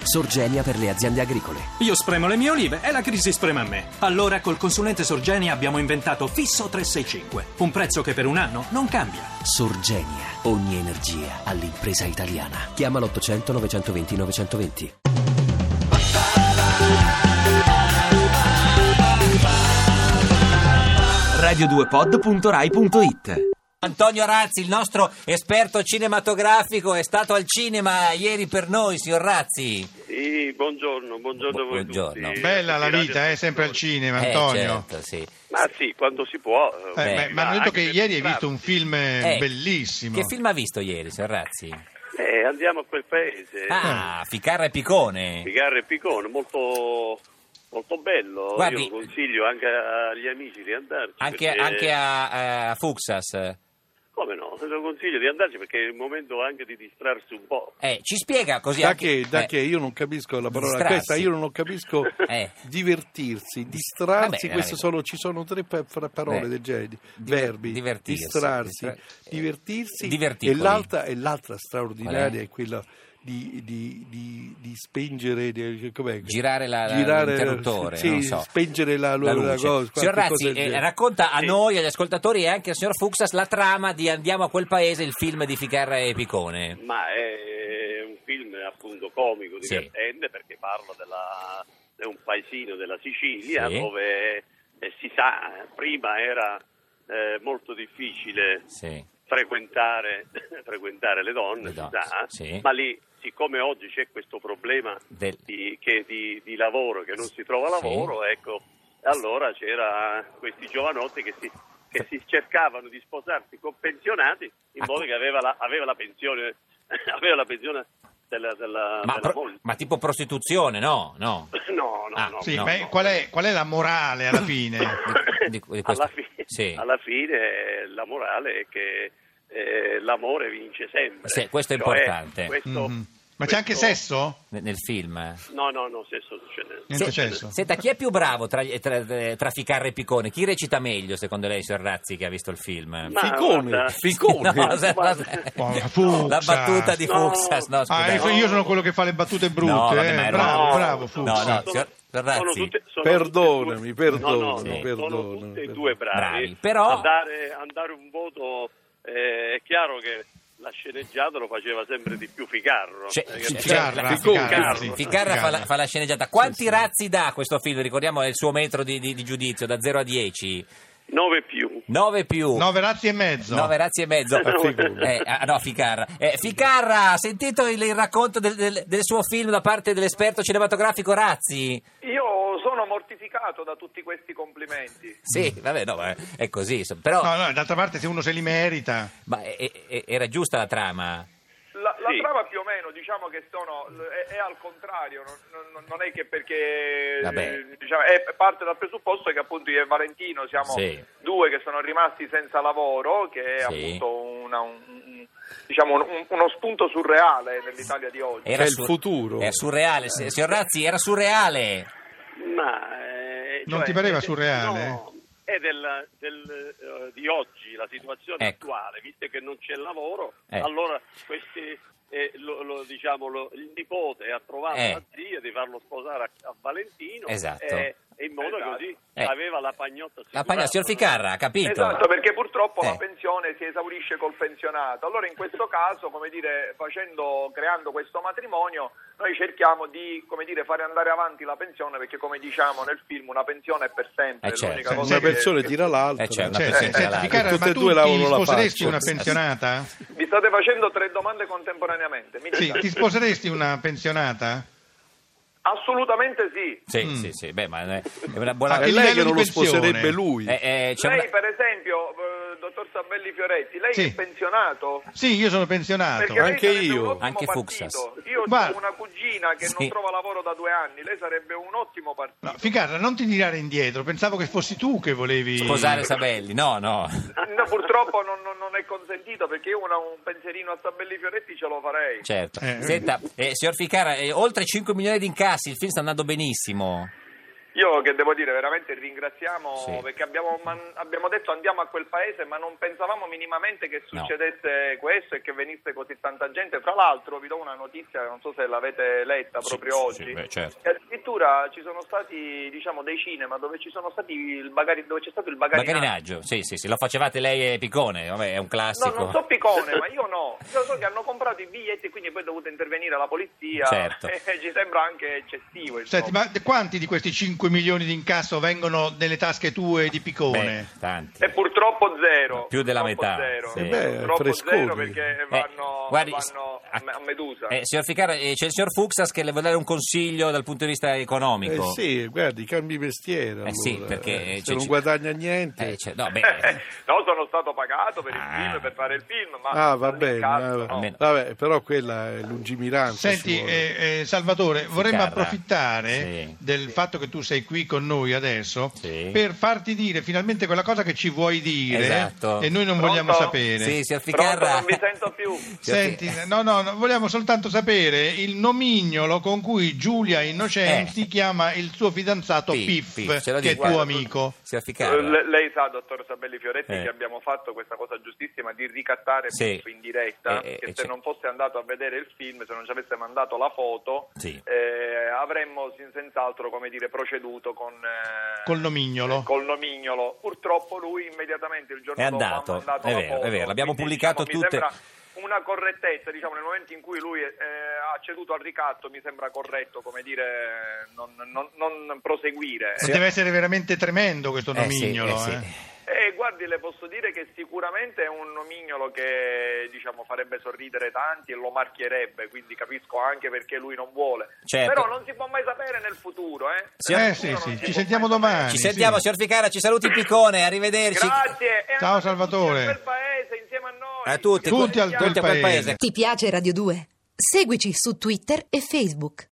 Sorgenia per le aziende agricole. Io spremo le mie olive e la crisi sprema me. Allora col consulente Sorgenia abbiamo inventato Fisso 365, un prezzo che per un anno non cambia. Sorgenia, ogni energia all'impresa italiana. Chiama l'800 920 920. radio2pod.rai.it. Antonio Razzi, il nostro esperto cinematografico, è stato al cinema ieri per noi, signor Razzi. Sì, buongiorno a voi tutti. Bella la vita, sempre al cinema, Antonio. Certo, sì. Ma sì, quando si può. Ma hanno detto che ieri hai visto un film bellissimo. Che film ha visto ieri, signor Razzi? Andiamo a quel paese. Ficarra e Picone. Ficarra e Picone, molto bello. Guardi, io consiglio anche agli amici di andarci. Anche a Fuxas. Come no? Lo consiglio di andarci perché è il momento anche di distrarsi un po'. Ci spiega così. Da che io non capisco la parola distrarsi. Questa, io non capisco divertirsi, distrarsi, ci sono tre parole del genere, verbi, divertirsi, distrarsi, divertirsi, diverticoli. e l'altra straordinaria è quella di spengere, com'è? Girare l'interruttore, sì, non so. Spengere la luce. cosa. Signor Razzi, racconta a noi, agli ascoltatori e anche al signor Fuxas la trama di Andiamo a quel paese, il film di Ficarra e Picone. Ma è un film appunto comico, divertente, perché parla di un paesino della Sicilia dove si sa, prima era molto difficile frequentare le donne, si sa, ma lì, siccome oggi c'è questo problema di lavoro, che non si trova lavoro, ecco, allora c'era questi giovanotti che si cercavano di sposarsi con pensionati, in modo che aveva la pensione della moglie. Ma tipo prostituzione, no? No. Sì, no. Ma qual è la morale alla fine? Alla fine la morale è che l'amore vince sempre. Sì, questo è importante. Ma c'è anche sesso? Nel film? No, sesso non c'è. Niente sesso. Senta, chi è più bravo tra Ficarra e Picone? Chi recita meglio, secondo lei, signor Razzi, che ha visto il film? Ficone. La battuta di Fuxas. No, io sono quello che fa le battute brutte. Bravo Fuxas. Perdonami. Sono tutti e due bravi. Però a dare un voto, è chiaro che la sceneggiata lo faceva sempre di più Ficarra. Ficarra fa la sceneggiata. Quanti razzi dà questo film? Ricordiamo il suo metro di giudizio, da 0 a 10. 9 più. 9 razzi e mezzo. 9 razzi e mezzo. Ficarra. Ficarra, ha sentito il racconto del suo film da parte dell'esperto cinematografico Razzi? Io sono mortificato da tutti questi complimenti. Sì, vabbè, è così. Però... No, d'altra parte se uno se li merita. Ma era giusta la trama? La trama più o meno, diciamo che è al contrario, non è che perché parte dal presupposto che appunto io e Valentino siamo due che sono rimasti senza lavoro, che è appunto uno spunto surreale nell'Italia di oggi. È il futuro. È surreale, signor Razzi, era surreale. Ma non ti pareva surreale? No, è di oggi, la situazione attuale, visto che non c'è lavoro, allora questi il nipote ha trovato la zia di farlo sposare a Valentino, e in modo così aveva la pagnotta assicurata. Signor Ficarra, ha capito? Esatto, perché purtroppo la pensione si esaurisce col pensionato. Allora in questo caso, creando questo matrimonio, noi cerchiamo di, fare andare avanti la pensione, perché come diciamo nel film, una pensione è per sempre. L'unica cosa una pensione tira l'altra. Ficarra, ma tu ti sposeresti una pensionata? Mi state facendo 3 domande contemporaneamente. Ti sposeresti una pensionata? Assolutamente sì. Sì. Beh, ma è una buona. È lei che non lo sposerebbe lui. Lei, per esempio, dottor Sabelli Fioretti, lei è pensionato? Sì, io sono pensionato. Anche io. Anche Fuxas. Io ho una cugina che non trova lavoro da 2 anni, lei sarebbe un ottimo partito. No, Ficarra, non ti tirare indietro, pensavo che fossi tu che volevi sposare Sabelli. No, purtroppo non è consentito, perché io un pensierino a Sabelli Fioretti ce lo farei. Certo. Senta, signor Ficarra, oltre 5 milioni di incassi, il film sta andando benissimo. Io che devo dire, veramente ringraziamo perché abbiamo detto andiamo a quel paese, ma non pensavamo minimamente che succedesse questo e che venisse così tanta gente. Fra l'altro vi do una notizia, non so se l'avete letta proprio oggi, certo. che addirittura ci sono stati dei cinema dove c'è stato il bagarinaggio. Sì, lo facevate lei e Piccone, vabbè, è un classico. No, non so Piccone, ma io no. Io so che hanno comprato i biglietti e quindi poi è dovuta intervenire la polizia. Certo. E ci sembra anche eccessivo. Senti, ma quanti di questi 5 milioni di incasso vengono nelle tasche tue di Piccone? Tanti. E purtroppo zero. Più della metà. Zero. Sì. Purtroppo zero perché vanno a Medusa. Signor Ficarra, c'è il signor Fuxas che le vuole dare un consiglio dal punto di vista economico. Sì, guardi, cambi mestiere. Allora. Sì, perché se non guadagna niente. No, sono stato pagato per il film, per fare il film, ma va bene. Vabbè, però quella è lungimiranza. Senti, Salvatore, vorremmo approfittare del fatto che tu sei qui con noi adesso per farti dire finalmente quella cosa che ci vuoi dire e noi non vogliamo sapere. Sì, signor Ficarra. Non vi sento più. Senti, no, vogliamo soltanto sapere il nomignolo con cui Giulia Innocenti chiama il suo fidanzato Piff, che è tuo amico. Signor Ficarra. Lei sa, dottor Sabelli Fioretti, che abbiamo fatto questa cosa giustissima di ricattare Piff in diretta, che se non fosse andato a vedere il film, se non ci avesse mandato la foto, avremmo senz'altro, proceduto col nomignolo. Purtroppo lui immediatamente il giorno dopo ha mandato la foto. È vero, l'abbiamo pubblicato tutte. Mi sembra una correttezza, nel momento in cui lui ha ceduto al ricatto, mi sembra corretto, non proseguire. Deve essere veramente tremendo questo nomignolo. Guardi, le posso dire che sicuramente è un nomignolo che farebbe sorridere tanti e lo marchierebbe, quindi capisco anche perché lui non vuole. Certo. Però non si può mai sapere nel futuro, ci sentiamo domani. Ci sentiamo, signor Ficarra, ci saluti Piccone, arrivederci. Grazie. Ciao Salvatore. A quel paese insieme a noi. A tutti al quel paese. Ti piace Radio 2? Seguici su Twitter e Facebook.